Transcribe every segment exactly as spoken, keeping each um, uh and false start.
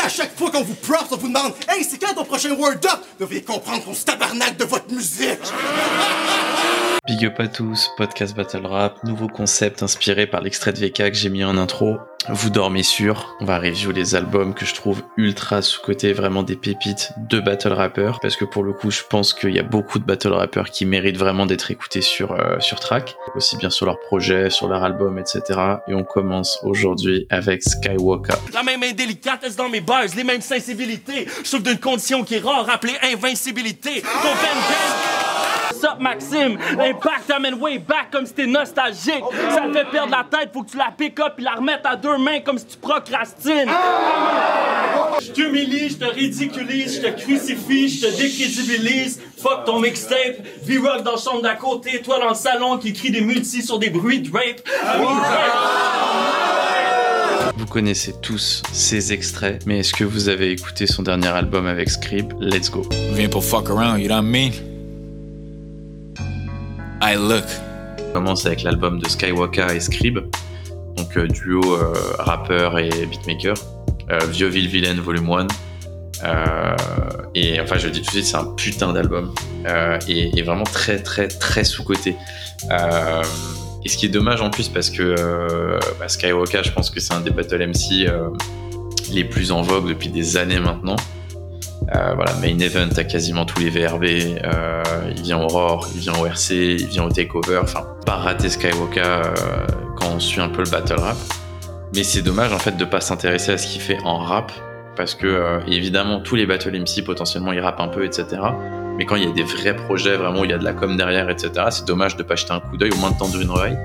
à chaque fois qu'on vous props, on vous demande « Hey, c'est quand ton prochain Word Up? » Vous devriez comprendre qu'on se tabarnak de votre musique. Big up à tous, podcast Battle Rap, nouveau concept inspiré par l'extrait de V K que j'ai mis en intro. Vous dormez sûr, on va review les albums que je trouve ultra sous-cotés, vraiment des pépites de battle rappers, parce que pour le coup je pense qu'il y a beaucoup de battle rappers qui méritent vraiment d'être écoutés sur, euh, sur track, aussi bien sur leur projet, sur leur album, et cetera. Et on commence aujourd'hui avec Skywalker. La même indélicatesse dans mes bars, les mêmes sensibilités. Je souffre d'une condition qui est rare, appelée invincibilité. Ton What's up, Maxime? L'impact t'amène way back comme si t'es nostalgique. Ça te fait perdre la tête, faut que tu la pick up et la remettes à deux mains comme si tu procrastines. Je t'humilie, je te ridiculise, je te crucifie, je te décrédibilise. Fuck ton mixtape, V-Rock dans la chambre d'à côté, toi dans le salon qui crie des multis sur des bruits de rape. Vous connaissez tous ces extraits, mais est-ce que vous avez écouté son dernier album avec Scrib? Let's go. Viens pour fuck around, you know what I mean? I look. On commence avec l'album de Skywalker et Scrib, donc euh, duo euh, rappeur et beatmaker, euh, Vieux-Ville Vilaine Volume un. Euh, et enfin, je le dis tout de suite, c'est un putain d'album euh, et, et vraiment très très très sous-coté. Euh, et ce qui est dommage en plus parce que euh, bah, Skywalker, je pense que c'est un des battle M C euh, les plus en vogue depuis des années maintenant. Euh, voilà, Main Event à quasiment tous les V R B, euh, il vient au Roar, il vient au R C, il vient au Takeover, enfin, pas rater Skywalker euh, quand on suit un peu le battle rap. Mais c'est dommage en fait de pas s'intéresser à ce qu'il fait en rap, parce que euh, évidemment tous les battle M C potentiellement ils rappent un peu, et cetera. Mais quand il y a des vrais projets, vraiment où il y a de la com derrière, et cetera, c'est dommage de pas jeter un coup d'œil, au moins de tendre une oreille.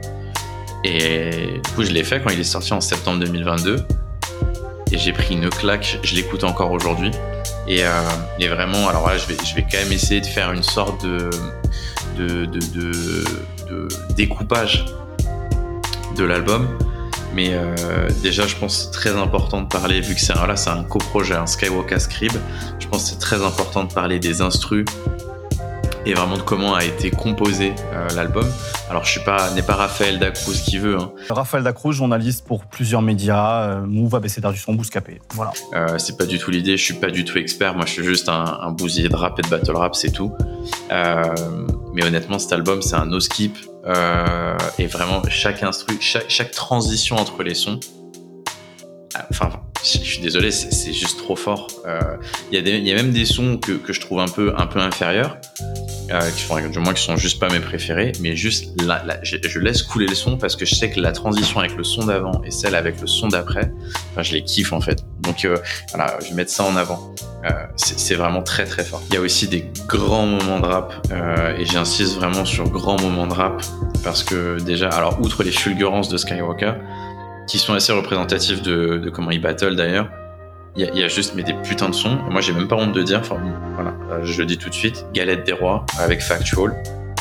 Et du coup je l'ai fait quand il est sorti en septembre deux mille vingt-deux, et j'ai pris une claque, je l'écoute encore aujourd'hui. Et, euh, et vraiment, alors là, je vais, je vais quand même essayer de faire une sorte de, de, de, de, de découpage de l'album. Mais euh, déjà, je pense que c'est très important de parler, vu que c'est un, là, c'est un coprojet, un Skywalker Scrib. Je pense que c'est très important de parler des instrus et vraiment de comment a été composé euh, l'album. Alors, je suis pas, n'est pas Raphaël Dacruz qui veut. Hein. Raphaël Dacruz, journaliste pour plusieurs médias, euh, Move, A B C d'Art du Son, Bouscapé. Voilà. Euh, c'est pas du tout l'idée. Je suis pas du tout expert. Moi, je suis juste un, un bousillé de rap et de battle rap, c'est tout. Euh, mais honnêtement, cet album, c'est un no skip. Euh, et vraiment, chaque instru, chaque, chaque transition entre les sons. Enfin, je suis désolé, c'est, c'est juste trop fort. Il euh, y, y a même des sons que, que je trouve un peu, un peu inférieurs, euh, qui font, du moins qui sont juste pas mes préférés, mais juste là, là je, je laisse couler le son parce que je sais que la transition avec le son d'avant et celle avec le son d'après, enfin, je les kiffe en fait. Donc euh, voilà, je vais mettre ça en avant. Euh, c'est, c'est vraiment très très fort. Il y a aussi des grands moments de rap euh, et j'insiste vraiment sur grands moments de rap parce que déjà, alors outre les fulgurances de Skywalker, qui sont assez représentatifs de, de comment ils battle d'ailleurs. Il y, y a juste mais des putains de sons. Et moi, j'ai même pas honte de dire. Enfin, voilà, je le dis tout de suite. Galette des Rois avec Factual.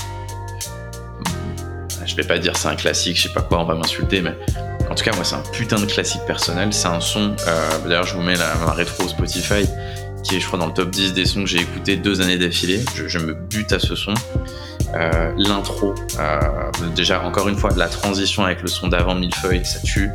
Je vais pas dire c'est un classique, je sais pas quoi, on va m'insulter, mais en tout cas, moi, c'est un putain de classique personnel. C'est un son. Euh, d'ailleurs, je vous mets la, la rétro Spotify, qui est, je crois, dans le top dix des sons que j'ai écoutés deux années d'affilée. Je, je me bute à ce son. Euh, l'intro, euh, déjà encore une fois la transition avec le son d'avant Millefeuille, ça tue.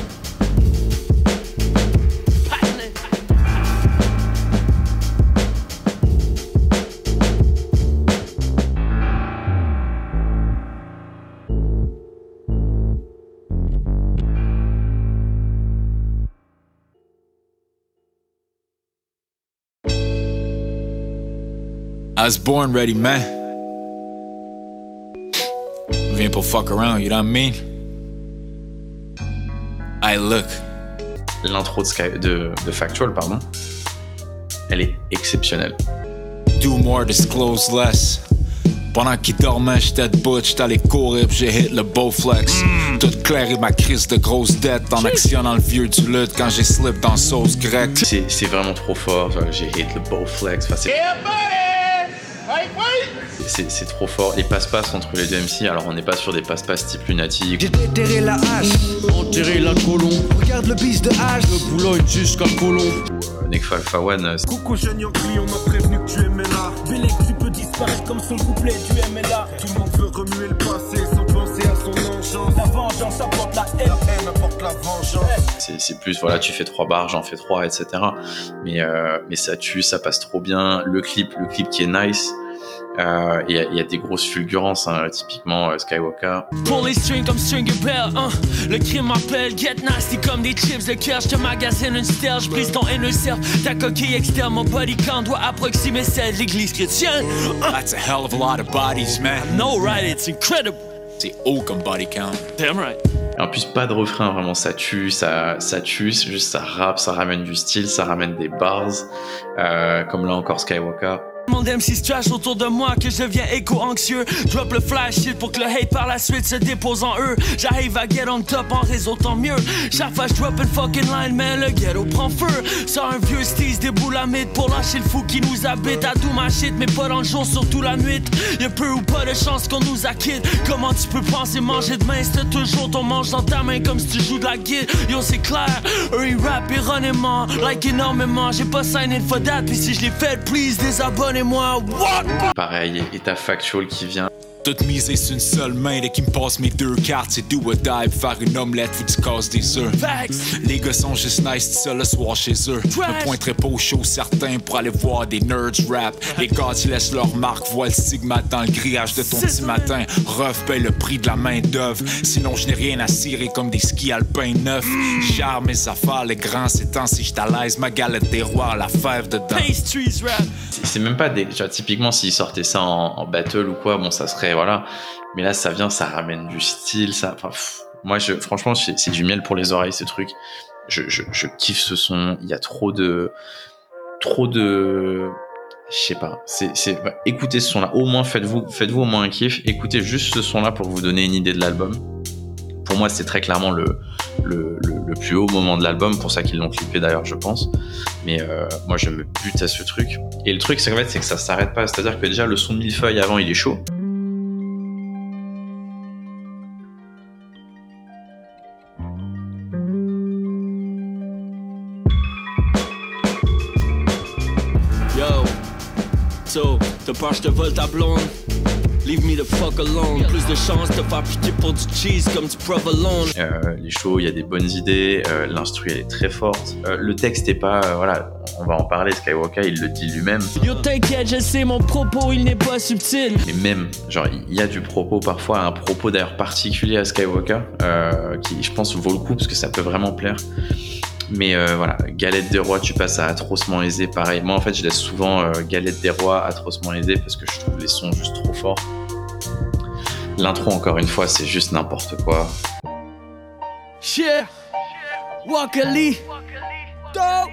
I was born ready, man. Viens pour fuck around, you know what I mean? I look. L'intro de, Sky, de, de Factual, pardon, elle est exceptionnelle. Do more, disclose less. Pendant qu'il dormait, j'étais debout, j'étais allé courir pis j'ai hit le Bowflex. Mm. Tout clair et ma crise de grosse dette en actionnant le vieux du lutte quand j'ai slip dans sauce grecque. C'est, c'est vraiment trop fort, j'ai hit le Bowflex. Enfin, c'est... Yeah, C'est, c'est trop fort. Les passe-passe entre les deux M C, alors on n'est pas sur des passe-passe type lunatique. J'ai déterré la hache, enterré la colombe. Regarde le bis de hache, le boulot jusqu'à colombe. Ou euh, Nekfeu Alpha One. Euh, Coucou jeune Yankee, on m'a prévenu que tu aimais l'art. Bélé que tu peux disparaître comme son couplet du M L A. Tout le monde veut remuer le passé sans penser à son enchant. La vengeance apporte la haine. La haine apporte la vengeance. C'est, c'est plus, voilà, tu fais trois bars, j'en fais trois, et cetera. Mais, euh, mais ça tue, ça passe trop bien. Le clip, le clip qui est nice. Il euh, y, y a des grosses fulgurances, hein, typiquement euh, Skywalker. Pour les strings comme Stringer Bell, hein. Le crime m'appelle, get nasty comme des chips. Le cœur, je te magasine une stèle, je brise ton inner self. Ta coquille externe, mon body count doit approximer celle de l'église chrétienne. Hein. That's a hell of a lot of bodies, man. No right, it's incredible. C'est haut comme body count. Damn right. Et en plus, pas de refrain, vraiment, ça tue, ça, ça tue, c'est juste ça rappe, ça ramène du style, ça ramène des bars, euh, comme là encore Skywalker. Mon M C trash autour de moi que je deviens éco-anxieux. Drop le flash shit pour que le hate par la suite se dépose en eux. J'arrive à get on top en réseau, tant mieux. Chaque fois je drop une fucking line, man, le ghetto prend feu. Sors un vieux steez, des boules à mythe pour lâcher le fou qui nous habite. À do ma shit, mais pas dans le jour, surtout la nuit. Y'a peu ou pas de chance qu'on nous acquitte. Comment tu peux penser manger demain si t'as toujours ton manche dans ta main comme si tu joues de la guide. Yo, c'est clair, eux ils rap erronément, like énormément. J'ai pas signé for that, pis si je l'ai fait, please, désabonnez. Moi, what? Pareil, et t'as Factual qui vient. Toute misée sur une seule main, dès qu'il me passe mes deux cartes, c'est do or die. Faire une omelette, faut que tu casses des œufs. Les gars sont juste nice, tout seul le soir chez eux. Me pointerai pas au show certains pour aller voir des nerds rap. Les gars qui laissent leur marque, voient le stigmate dans le grillage de ton petit matin. Ref paye le prix de la main d'œuvre. Sinon je n'ai rien à cirer comme des skis alpins neufs. Gère mes affaires, les grands c'est temps si j'étais à l'aise. Ma galette des rois, la fève dedans. C'est, c'est même pas des. Tu vois, typiquement s'ils sortaient ça en, en battle ou quoi, bon ça serait. Voilà. Mais là, ça vient, ça ramène du style, ça. Enfin, pff, moi, je, franchement, c'est, c'est du miel pour les oreilles, ce truc. Je, je, je kiffe ce son. Il y a trop de, trop de, je sais pas. C'est, c'est, bah, écoutez ce son-là. Au moins, faites-vous, faites-vous au moins un kiff. Écoutez juste ce son-là pour vous donner une idée de l'album. Pour moi, c'est très clairement le, le, le, le plus haut moment de l'album. Pour ça qu'ils l'ont clippé d'ailleurs, je pense. Mais euh, moi, je me bute à ce truc. Et le truc, c'est qu'en fait, c'est que ça s'arrête pas. C'est-à-dire que déjà, le son de Millefeuille avant, il est chaud. So, t'as peur je te vole ta blonde? Leave me the fuck alone. Plus de chance de te faire piquer pour du cheese comme du provolone. Euh, les shows, il y a des bonnes idées. Euh, l'instru, elle est très forte. Euh, le texte est pas... Euh, voilà, on va en parler. Skywalker, il le dit lui-même. Yo, t'inquiète, je sais, mon propos, il n'est pas subtil. Mais même, genre, il y a du propos parfois, un propos d'ailleurs particulier à Skywalker, euh, qui, je pense, vaut le coup parce que ça peut vraiment plaire. Mais euh, voilà, Galette des Rois, tu passes à Atrocement Aisé, pareil. Moi, en fait, je laisse souvent euh, Galette des Rois, Atrocement Aisé, parce que je trouve les sons juste trop forts. L'intro, encore une fois, c'est juste n'importe quoi. Yeah, Walker Lee, go.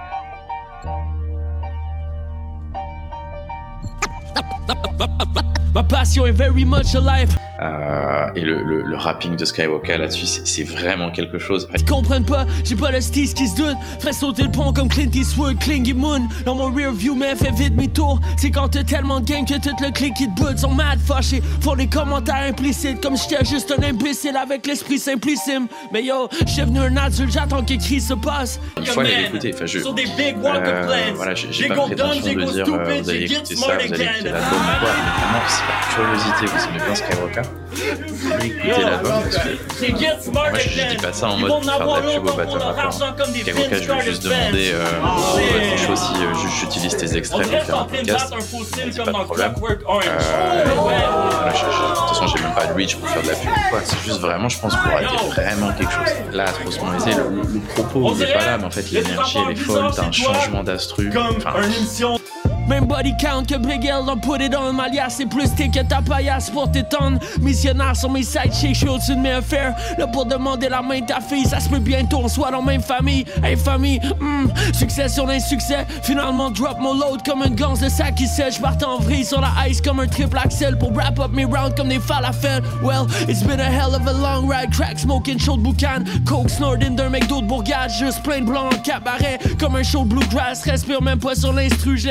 Ma passion est very much alive. Euh, et le, le, le rapping de Skywalker là-dessus, c'est, c'est vraiment quelque chose. Ils comprennent pas, j'ai pas le steez qui se doute. Ferait sauter le pont comme Clint Eastwood, Klingy Moon. Dans mon rear view, mais fait vite mi-tour. C'est quand t'as tellement de gang que tout le clic qui te boot. Sont mad fâchés, font des commentaires implicites. Comme j'étais juste un imbécile avec l'esprit simplissime. Mais yo, j'suis devenu un adulte, j'attends que Chris se passe. Il faut aller l'écouter. Enfin, je, sur des big walk euh, of plans. voilà, j'ai, j'ai pas prétention de dire euh, vous allez écouter ça, vous allez écouter l'album ou quoi. Mais vraiment, c'est par curiosité, vous aimez bien Skywalker. Écoutez l'album parce que moi je, je dis pas ça en mode pour faire de la pub au batteur rappeur. Skywalker, je veux juste demander euh, votre show si euh, j'utilise tes extraits pour faire un podcast, c'est pas de problème. Euh, voilà, je, je, de toute façon j'ai même pas de reach pour faire de la pub ou quoi, c'est juste vraiment je pense pour arrêter vraiment quelque chose. Là, Atrocement Aisé, le, le, le propos il est pas là mais en fait l'énergie elle est folle, t'as un changement d'instru. Enfin, même body count que Big L, don't put it on. Malias, c'est plus t'es que ta paillasse pour t'étendre. Missionnaire sur mes sidechicks, j'suis au-dessus de mes affaires. Là pour demander la main de ta fille, ça se peut bientôt, on soit dans la même famille. Hey famille, mm, succès sur l'insuccès. Finalement drop mon load comme une ganse de sac qui sèche. J'parte en vrille sur la ice comme un triple axel pour wrap up mes rounds comme des falafels. Well, it's been a hell of a long ride. Crack smoking, chaud de boucan. Coke snorting d'un McDo de Bourgade. Juste plein de blanc en cabaret comme un show de bluegrass. Respire même pas sur l'instru, j'laisse pas beaucoup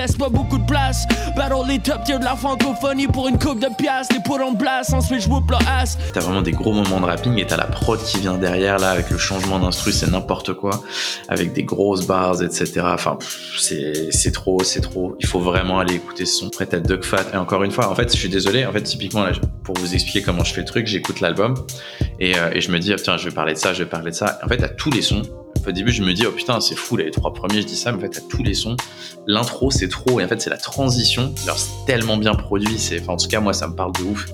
beaucoup de place. Battle les top tiers de la francophonie pour une coupe de piastres. Les put on blast, ensuite je whoop leur ass. T'as vraiment des gros moments de rapping et t'as la prod qui vient derrière là avec le changement d'instru, c'est n'importe quoi, avec des grosses bars, et cetera. Enfin, pff, c'est c'est trop, c'est trop. Il faut vraiment aller écouter ce son. Après t'as Doug Fat et encore une fois, en fait, je suis désolé. En fait, typiquement là, pour vous expliquer comment je fais le truc, j'écoute l'album et, euh, et je me dis oh, tiens, je vais parler de ça, je vais parler de ça. En fait, à tous les sons. Au début, je me dis, oh putain, c'est fou, les trois premiers, je dis ça, mais en fait, à tous les sons, l'intro, c'est trop, et en fait, c'est la transition. Alors, c'est tellement bien produit, c'est, enfin, en tout cas, moi, ça me parle de ouf.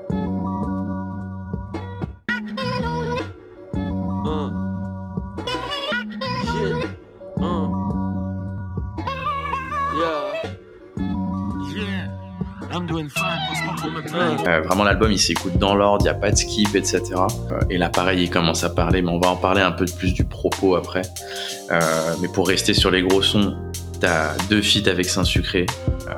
Euh, vraiment l'album il s'écoute dans l'ordre, il n'y a pas de skip, et cetera. Euh, et là pareil il commence à parler, mais on va en parler un peu de plus du propos après. Euh, mais pour rester sur les gros sons, t'as deux feats avec Saint-Sucré. Euh,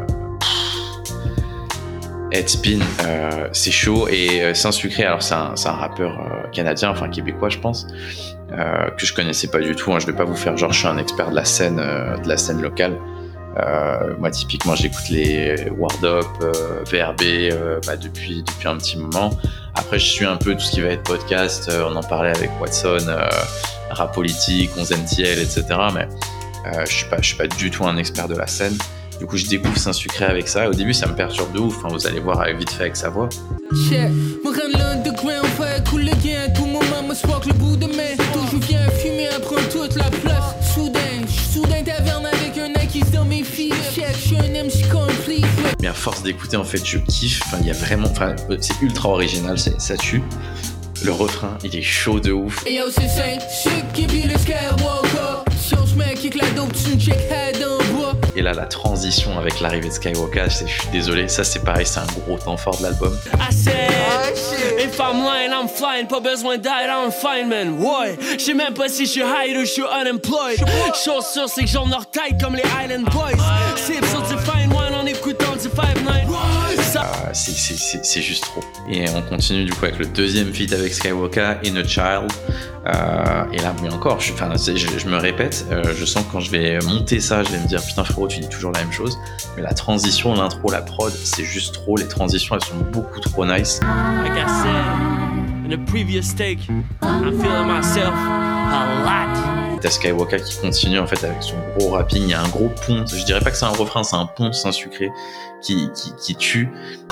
Headspin, euh, c'est chaud. Et euh, Saint-Sucré, alors c'est un, c'est un rappeur euh, canadien, enfin québécois je pense, euh, que je connaissais pas du tout. Hein, je vais pas vous faire genre je suis un expert de la scène, euh, de la scène locale. Euh, moi typiquement j'écoute les Word Up, euh, V R B euh, bah, depuis, depuis un petit moment. Après je suis un peu tout ce qui va être podcast, euh, on en parlait avec Watson, euh, rap politique, onze M T L, et cetera. Mais euh, je suis pas, je suis pas du tout un expert de la scène. Du coup je découvre Saint-Sucré avec ça. Au début ça me perturbe de ouf, hein, vous allez voir vite fait avec sa voix. Yeah. Moi quand l'underground fait couler bien, tout moment me spark le bout de main. Tout je viens fumer, prendre toute la place. Soudain, j'suis soudain taverne avec un acquis dans mes filles. Check, j'suis un M C complete. Mais à force d'écouter en fait je kiffe, enfin il y a vraiment, enfin c'est ultra original, c'est, ça tue. Le refrain il est chaud de ouf. Et yo c'est Saint-Sucré qui vit le Skywalker. Sur j'mets kick la dope, tu check head en bois. Et là la transition avec l'arrivée de Skywalker, je suis désolé, ça c'est pareil, c'est un gros temps fort de l'album. I said, if I'm lying, I'm flying, pas besoin d'aide, I'm fine man, ouais. J'sais même pas si j'suis high ou j'suis unemployed. Chose sûre c'est que j'en hors-tête comme les Island Boys. Sip sur du fine wine en écoutant du five nine. Euh, c'est, c'est, c'est, c'est juste trop. Et on continue du coup avec le deuxième feat avec Skywalker, In a Child. Euh, et là, mais encore, je, je, je me répète, euh, je sens que quand je vais monter ça, je vais me dire putain frérot, tu dis toujours la même chose. Mais la transition, l'intro, la prod, c'est juste trop. Les transitions, elles sont beaucoup trop nice. Like I said, in the previous take, I'm feeling myself a lot. T'as Skywalker qui continue en fait avec son gros rapping, il y a un gros pont, je dirais pas que c'est un refrain, c'est un pont Saint-Sucré qui, qui, qui tue.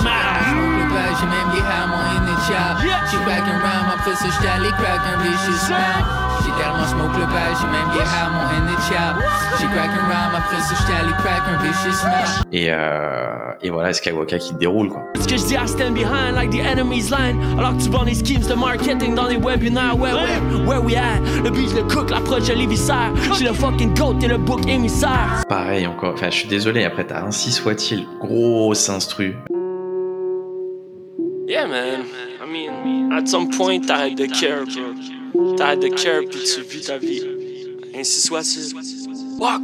J'ai même des hammes in the chop. J'ai crack and rhyme, après ça j'étais allé crack un vicious smile. J'ai tellement smoke le bail, j'ai même des hammes in the chop. J'ai crack and rhyme, après ça j'étais allé crack un vicious smile. Et, euh, et voilà, Skywalker qui déroule quoi. Ce que je dis, I stand behind like the enemy's line. Alors que tu vends les schemes de marketing dans les webinaires, where, where, where we at? Le beat, le cook, l'approche, je l'éviscère. J'suis le fucking goat et le book émissaire. Pareil encore, enfin je suis désolé, après t'as ainsi soit-il, grosse instru. Yeah, man. I mean, at some point, t'arrêtes de care, bro. T'arrêtes de care, puis tu vis ta vie. Ainsi soit-il. Walk.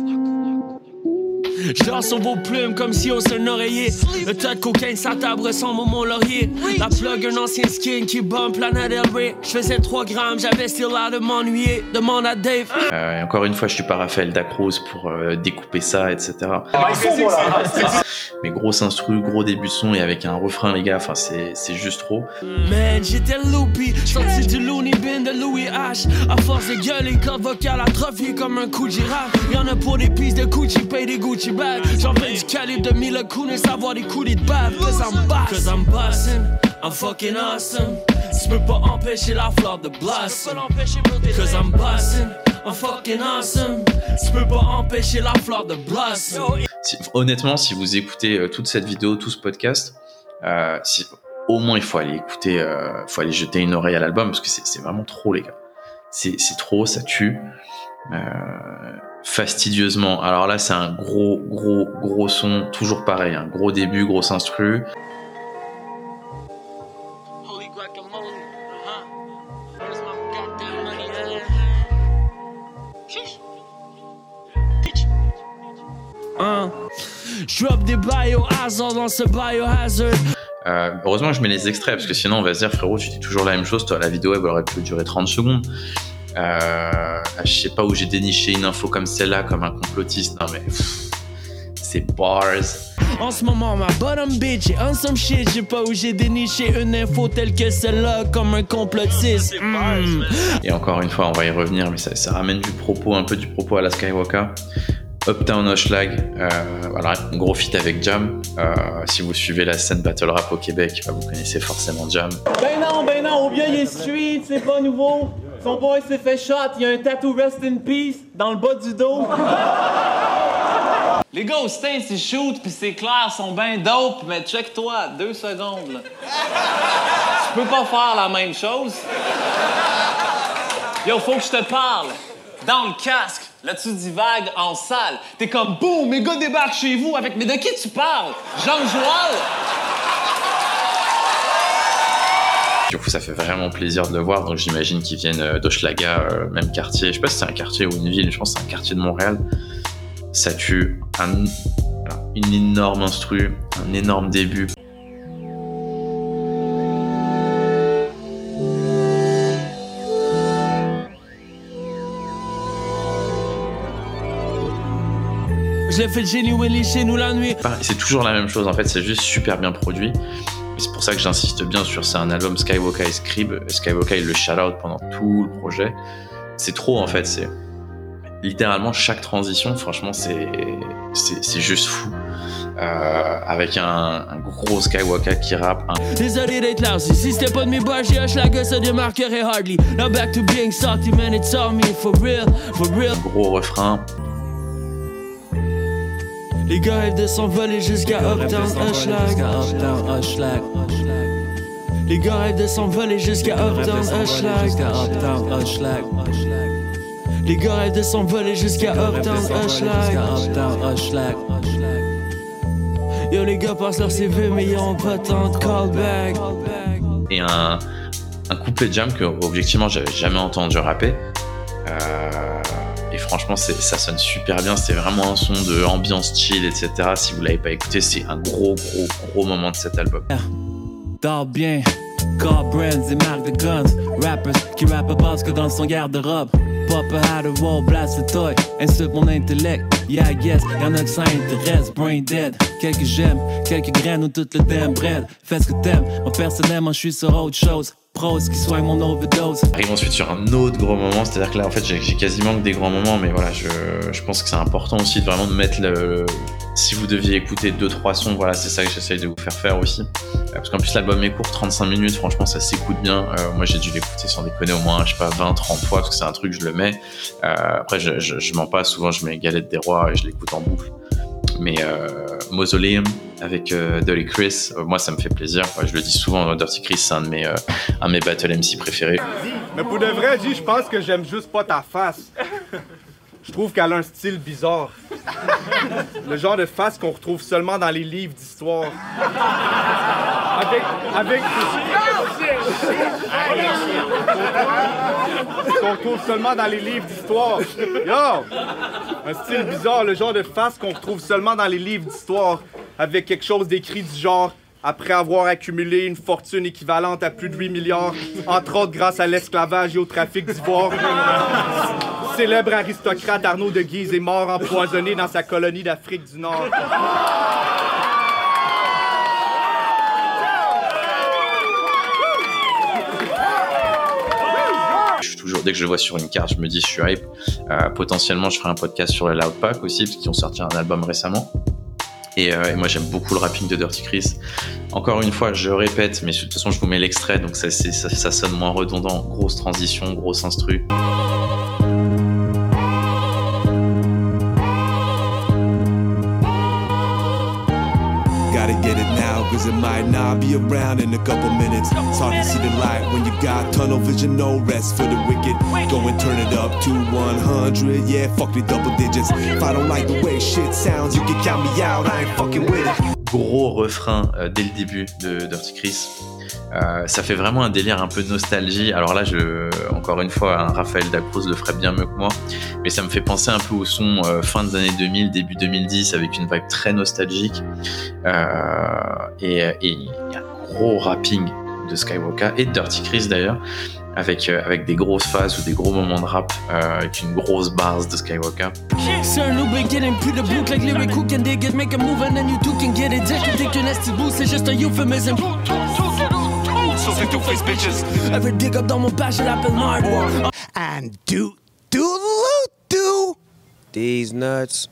Je dors sur vos plumes comme si on se un oreiller. Le tas de cocaïne s'attabre ressemble au Mont Laurier. La plug, un ancien skin qui bump Lana Del Rey. Je faisais trois grammes, j'avais still l'air de m'ennuyer. Demande à Dave. Euh, et encore une fois, je suis pas Raphaël Dacruz pour euh, découper ça, et cetera. Mais grosse instru, gros début de son et avec un refrain, les gars, enfin c'est, c'est juste trop. Man, j'étais loopy, sorti du loony bin de Louis H. À force de gueuler, corde vocale atrophiée comme un coup de girafe. Y'en a pour des pistes de Gucci, paye des Gucci bags. J'en fais du calibre de mille coups, savoir des coups de bave. Cause I'm boss, cause I'm bussin', I'm fucking awesome. Tu peux pas empêcher la fleur de blossom. Cause I'm bussin', I'm fucking awesome. Tu peux pas empêcher la fleur de blossom. Si, honnêtement, si vous écoutez euh, toute cette vidéo, tout ce podcast, euh, si, au moins il faut aller écouter, euh, faut aller jeter une oreille à l'album parce que c'est, c'est vraiment trop, les gars. C'est, c'est trop, ça tue. Euh, fastidieusement. Alors là, c'est un gros, gros, gros son, toujours pareil, un gros début, grosse instru. Je drop des biohazards dans ce biohazard. Euh, heureusement que je mets les extraits parce que sinon on va se dire frérot tu dis toujours la même chose, toi la vidéo elle aurait pu durer trente secondes. Euh, je sais pas où j'ai déniché une info comme celle-là comme un complotiste, non mais pff, ses bars. En ce moment, ma bottom bitch est on some shit. J'ai pas où j'ai déniché une info telle que celle-là, comme un complotiste. Mm. Et encore une fois, on va y revenir, mais ça, ça ramène du propos, un peu du propos à la Skywalker. Uptown Hochelag, euh, voilà, un gros feat avec Jam. Euh, si vous suivez la scène battle rap au Québec, bah, vous connaissez forcément Jam. Ben non, ben non, ou bien il est street, c'est pas nouveau. Son boy s'est fait shot, il y a un tattoo rest in peace dans le bas du dos. Les gars au States, ils shootent, pis c'est clair, ils sont ben dope, mais check-toi, deux secondes, là. Tu peux pas faire la même chose. Yo, faut que je te parle. Dans le casque, là tu divagues en salle. T'es comme, boum, mes gars débarquent chez vous avec... Mais de qui tu parles? Jean Joal? Du coup, ça fait vraiment plaisir de le voir, donc j'imagine qu'ils viennent d'Hochelaga, euh, même quartier. Je sais pas si c'est un quartier ou une ville, je pense que c'est un quartier de Montréal. Ça tue, un, une énorme instru, un énorme début. Je l'ai fait genuinely chez nous la nuit. C'est toujours la même chose, en fait, c'est juste super bien produit. C'est pour ça que j'insiste bien sur c'est un album Skywalker et Scrib. Skywalker, il le shout-out pendant tout le projet. C'est trop, en fait, c'est... Littéralement, chaque transition, franchement, c'est, c'est, c'est juste fou. Euh, avec un, un gros Skywalker qui rappe. Un... Désolé d'être là aussi. Si c'était pas de mes boys, j'ai Hochelag, ça démarquerait hardly. Now back to being salty, man, it's on me, for real, for real. Gros refrain. Les gars rêvent de s'envoler jusqu'à Uptown Hochelag. Les gars rêvent de s'envoler jusqu'à Uptown Hochelag. Les gars rêvent de s'envoler jusqu'à Uptown Hochelag. Yo, les gars passent leur C V, mais ils ont pas tant de callback. Et un, un couplet de Jam que, objectivement, j'avais jamais entendu rapper. Euh, et franchement, c'est, ça sonne super bien. C'est vraiment un son de ambiance chill, et cetera. Si vous l'avez pas écouté, c'est un gros, gros, gros moment de cet album. Dors bien, car brands et marques de guns. Rappers qui rappent parce que dans son garde-robe. Papa had a wall, blast le toy, insulte mon intellect. Yeah, I guess, y'en a que ça intéresse, brain dead. Quelques j'aime, quelques graines ou tout le damn bread. Fais ce que t'aimes, moi personnellement, je suis sur autre chose. Pros qui soignent mon overdose. Arrive ensuite sur un autre gros moment, c'est-à-dire que là, en fait, j'ai, j'ai quasiment que des grands moments, mais voilà, je, je pense que c'est important aussi de vraiment de mettre le. le si vous deviez écouter deux trois sons, voilà, c'est ça que j'essaye de vous faire faire aussi. Parce qu'en plus, l'album est court, trente-cinq minutes, franchement, ça s'écoute bien. Euh, moi, j'ai dû l'écouter sans déconner au moins, je sais pas, vingt trente fois, parce que c'est un truc, je le mets. Euh, après, je, je, je mens pas, souvent, je mets Galette des Rois et je l'écoute en boucle. Mais euh, Mausoleum avec euh, Dirty Chris, euh, moi, ça me fait plaisir. Enfin, je le dis souvent, Dirty Chris, c'est un de mes, euh, un de mes battle M C préférés. Mais pour de vrai, G, je pense que j'aime juste pas ta face. Je trouve qu'elle a un style bizarre. Le genre de face qu'on retrouve seulement dans les livres d'histoire. Avec... avec... qu'on retrouve seulement dans les livres d'histoire. Yo! Un style bizarre, le genre de face qu'on retrouve seulement dans les livres d'histoire. Avec quelque chose d'écrit du genre... Après avoir accumulé une fortune équivalente à plus de huit milliards, entre autres grâce à l'esclavage et au trafic d'ivoire, célèbre aristocrate Arnaud de Guise est mort empoisonné dans sa colonie d'Afrique du Nord. Je suis toujours, dès que je le vois sur une carte, je me dis je suis hype. Euh, potentiellement, je ferai un podcast sur les Loud Pack aussi, parce qu'ils ont sorti un album récemment. Et, euh, et moi j'aime beaucoup le rapping de Dirty Chris. Encore une fois, je répète, mais de toute façon je vous mets l'extrait, donc ça, c'est, ça, ça sonne moins redondant. Grosse transition, grosse instru. Gotta get it now, cause it might not be around in a couple minutes. It's hard to see the light when you got tunnel vision, no rest for the wicked. Go and turn it up to one hundred, yeah, fuck the double digits. If I don't like the way shit sounds, you can count me out, I ain't fucking with it. Gros refrain euh, dès le début de Dirty Chris. Euh, ça fait vraiment un délire un peu de nostalgie. Alors là, je, encore une fois, hein, Raphaël Dacruz le ferait bien mieux que moi, mais ça me fait penser un peu au son euh, fin des années deux mille, début deux mille dix, avec une vibe très nostalgique. Euh, et il y a un gros rapping de Skywalker et de Dirty Chris d'ailleurs. avec, euh, avec des grosses phases ou des gros moments de rap, euh, avec une grosse base de Skywalker. C'est un new beginning, plus de boucle avec lyric who can dig it, make a move and then you two can get it. Dès que t'es qu'un nasty boost, c'est juste un euphemism. So c'est two-face bitches. Every dig up dans mon page, je l'appelle Nardwar. And do, do, do, these nuts.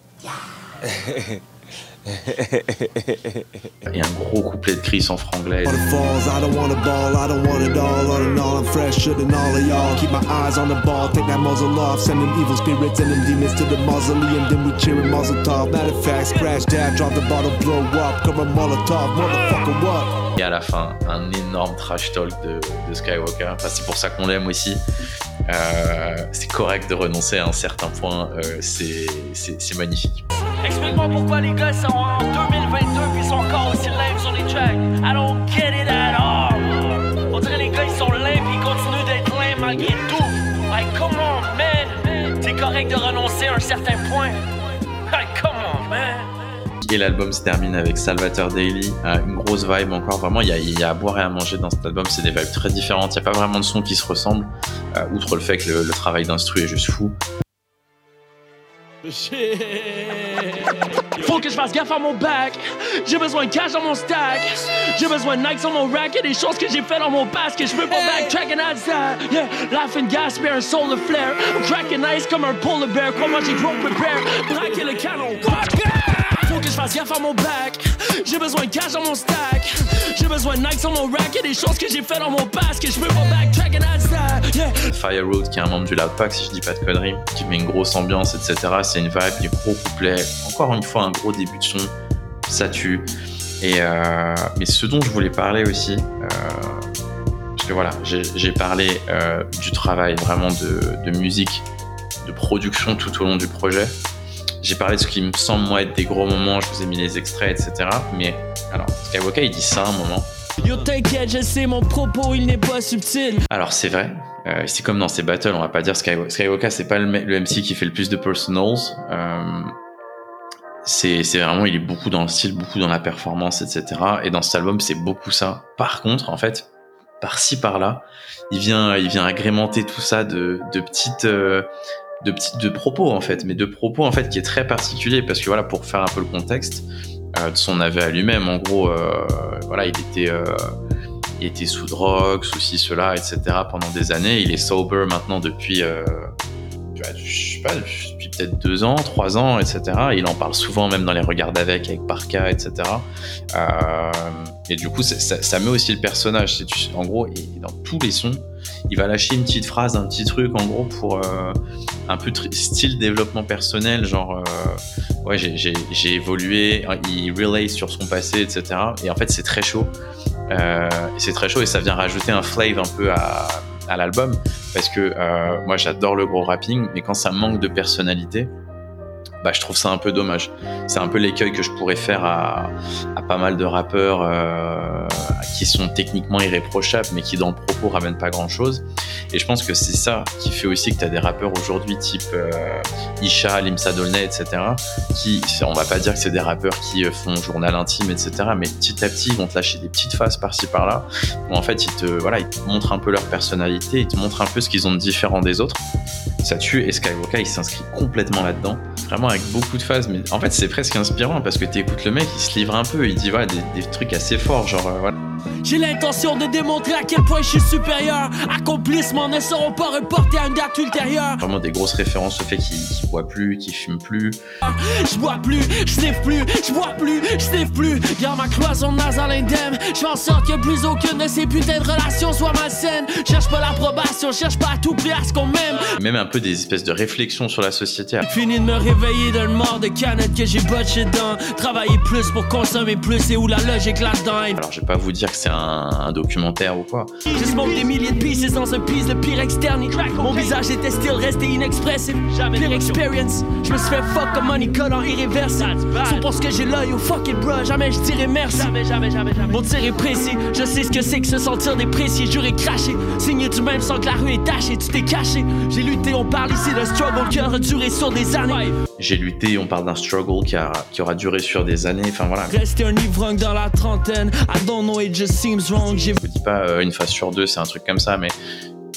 Et un gros couplet de Chris en franglais. I don't want a ball, I don't want it all. All in all, I'm fresher than all of y'all. Keep my eyes on the ball, take that muzzle off. Send them evil spirits and them demons to the mausoleum. Then we cheering muzzle tov. Matter of fact, crash dad, drop the bottle, blow up. Come on, Molotov, motherfucker, what? Et à la fin, un énorme trash talk de, de Skywalker. Enfin, c'est pour ça qu'on l'aime aussi. Euh, c'est correct de renoncer à un certain point. Euh, c'est, c'est, c'est magnifique. Explique-moi pourquoi les gars sont en deux mille vingt-deux puis sont encore aussi lame sur les tracks. I don't get it at all. On dirait les gars ils sont lame puis ils continuent d'être lame malgré tout. Like come on man, c'est correct de renoncer à un certain point. Like come on man. Et l'album se termine avec Salvatore Daily, euh, une grosse vibe encore. Vraiment, il y a, il y a à boire et à manger dans cet album. C'est des vibes très différentes. Il n'y a pas vraiment de sons qui se ressemblent, euh, outre le fait que le, le travail d'instru est juste fou. Faut que je fasse gaffe à mon back. J'ai besoin de cash dans mon stack. J'ai besoin de Nike sur mon rack. Y'a des choses que j'ai fait dans mon basket. Je peux pas backtrack and that's that. Yeah, laughing gas, mais un solar flare. I'm cracking ice comme un polar bear. Comment j'ai gros prepare. Braquer le canon. Faut que je fasse gaffe à mon back. J'ai besoin de cash dans mon stack. J'ai besoin de Nike sur mon rack. Y'a des choses que j'ai fait dans mon basket. Je peux pas backtrack and that's that. Yeah. Firewood, qui est un membre du Loud Pack, si je dis pas de conneries, qui met une grosse ambiance, et cetera. C'est une vibe, des gros couplets. Encore une fois, un gros début de son. Ça tue. Et euh, mais ce dont je voulais parler aussi, euh, parce que voilà, j'ai, j'ai parlé euh, du travail vraiment de, de musique, de production tout au long du projet. J'ai parlé de ce qui me semble moi être des gros moments, je vous ai mis les extraits, et cetera. Mais alors, Skywalker il dit ça à un moment. Yo t'inquiète, je sais mon propos, il n'est pas subtil. Alors c'est vrai, euh, c'est comme dans ces battles, on va pas dire Skywalker. Skywalker c'est pas le, le M C qui fait le plus de personals. Euh, c'est, c'est vraiment, il est beaucoup dans le style, beaucoup dans la performance, et cetera. Et dans cet album c'est beaucoup ça. Par contre, en fait, par-ci par-là, il vient, il vient agrémenter tout ça de, de petites. Euh, de petites de propos en fait, mais de propos en fait qui est très particulier parce que voilà, pour faire un peu le contexte euh, de son aveu à lui-même, en gros euh, voilà, il était euh, il était sous drogue, sous ci, cela, et cetera pendant des années. Il est sober maintenant depuis euh, je sais pas, depuis peut-être deux ans, trois ans, et cetera. Il en parle souvent même dans les Regards d'avec avec Parka, et cetera. Euh, et du coup, ça, ça met aussi le personnage. C'est, en gros, et dans tous les sons, il va lâcher une petite phrase, un petit truc, en gros, pour euh, un peu tr- style développement personnel, genre, euh, ouais, j'ai, j'ai, j'ai évolué, il relay sur son passé, et cetera. Et en fait, c'est très chaud. Euh, c'est très chaud et ça vient rajouter un flavor un peu à, à l'album parce que euh, moi, j'adore le gros rapping, mais quand ça manque de personnalité, bah, je trouve ça un peu dommage. C'est un peu l'écueil que je pourrais faire à, à pas mal de rappeurs euh, qui sont techniquement irréprochables, mais qui dans le propos ramènent pas grand-chose. Et je pense que c'est ça qui fait aussi que tu as des rappeurs aujourd'hui type euh, Isha, Limsa Dolnay, et cetera, qui, on va pas dire que c'est des rappeurs qui font journal intime, et cetera, mais petit à petit, ils vont te lâcher des petites phases par-ci par-là, où en fait, ils te, voilà, ils te montrent un peu leur personnalité, ils te montrent un peu ce qu'ils ont de différent des autres. Ça tue, et Skywalker, il s'inscrit complètement là-dedans, vraiment avec beaucoup de phases, mais en fait, c'est presque inspirant, parce que t'écoutes le mec, il se livre un peu, il dit voilà, des, des trucs assez forts, genre, euh, voilà. J'ai l'intention de démontrer à quel point je suis supérieur. Accomplissements ne seront pas reportés à une date ultérieure. Vraiment des grosses références au fait qu'il, qu'il boit plus, qu'il fume plus. Je bois plus, je sniffe plus, je bois plus, je sniffe plus. Garde ma cloison nasale indemne. Je fais en sorte que plus aucune de ces putains de relations soit malsaine. Cherche pas l'approbation, cherche pas à tout prix à ce qu'on m'aime. Même un peu des espèces de réflexions sur la société. Fini de me réveiller d'un mort de canette que j'ai botché dedans. Travailler plus pour consommer plus et où la logique là-dedans. Alors je vais pas vous dire que c'est un, un documentaire ou quoi. Je smoke des milliers de pieces dans un piece, le pire externe. Mon visage était still resté inexpressif. Pire experience. Je me suis fait fuck comme money cut en irréversible. C'est pour ce que j'ai l'œil au fuck it bro. Jamais je dirais merci. Jamais, jamais, jamais, jamais. Mon tir est précis. Je sais ce que c'est que se sentir déprécié. J'aurais craché. Signé du même sans que la rue est tachée. Tu t'es caché. J'ai lutté, on parle ici d'un struggle qui aura duré sur des années. J'ai lutté, on parle d'un struggle qui, a, qui aura duré sur des années. Enfin voilà. Rester un ivrogne dans la trentaine. I don't know, it just seems wrong. J'ai... Je vous dis pas euh, une phase sur deux, c'est un truc comme ça, mais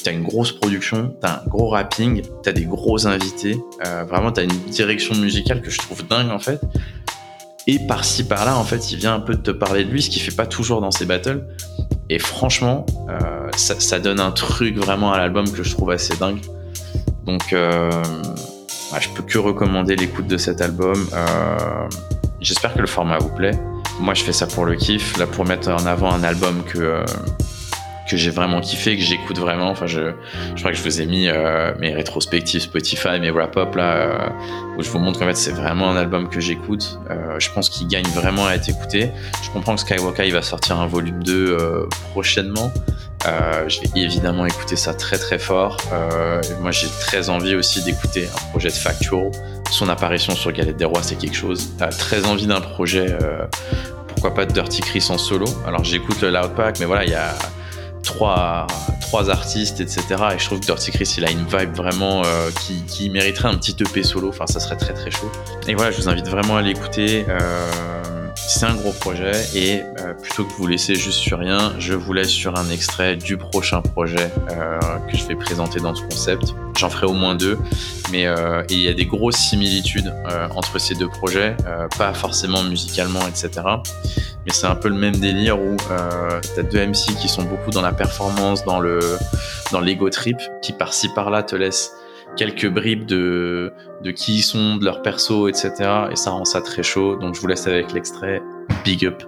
t'as une grosse production, t'as un gros rapping, t'as des gros invités, euh, vraiment t'as une direction musicale que je trouve dingue en fait. Et par-ci par-là, en fait, il vient un peu de te parler de lui, ce qu'il fait pas toujours dans ses battles. Et franchement, euh, ça, ça donne un truc vraiment à l'album que je trouve assez dingue. Donc, euh, ouais, je peux que recommander l'écoute de cet album. Euh, j'espère que le format vous plaît. Moi, je fais ça pour le kiff, là, pour mettre en avant un album que... Euh, que j'ai vraiment kiffé, que j'écoute vraiment. Enfin, je, je crois que je vous ai mis euh, mes rétrospectives Spotify, mes wrap-up là, euh, où je vous montre qu'en fait c'est vraiment un album que j'écoute. Euh, je pense qu'il gagne vraiment à être écouté. Je comprends que Skywalker il va sortir un volume deux euh, prochainement. Euh, je vais évidemment écouter ça très très fort. Euh, moi j'ai très envie aussi d'écouter un projet de Factual. Son apparition sur Galette des Rois c'est quelque chose. T'as très envie d'un projet, euh, pourquoi pas de Dirty Chris en solo. Alors j'écoute le Loud Pack, mais voilà, il y a Trois, trois artistes, et cetera. Et je trouve que Dirty Chris, il a une vibe vraiment euh, qui, qui mériterait un petit E P solo. Enfin, ça serait très très chaud. Et voilà, je vous invite vraiment à l'écouter. Euh, c'est un gros projet. Et euh, plutôt que de vous laisser juste sur rien, je vous laisse sur un extrait du prochain projet euh, que je vais présenter dans ce concept. J'en ferai au moins deux. Mais euh, il y a des grosses similitudes euh, entre ces deux projets. Euh, pas forcément musicalement, et cetera. Mais c'est un peu le même délire où euh, t'as deux M C qui sont beaucoup dans la performance, dans le dans l'ego trip, qui par-ci par-là te laissent quelques bribes de de qui ils sont, de leur perso, et cetera. Et ça rend ça très chaud. Donc je vous laisse avec l'extrait Big Up.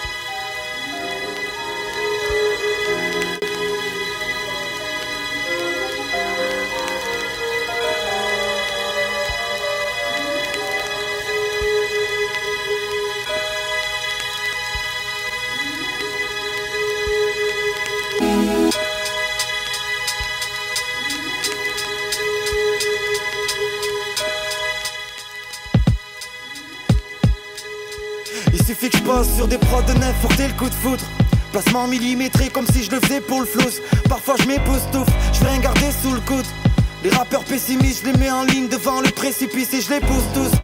Il suffit que je passe sur des prods de neuf pour le coup de foudre. Placement millimétré comme si je le faisais pour le flouze. Parfois je m'époustouffe, je vais rien garder sous le coude. Les rappeurs pessimistes, je les mets en ligne devant le précipice et je les pousse tous.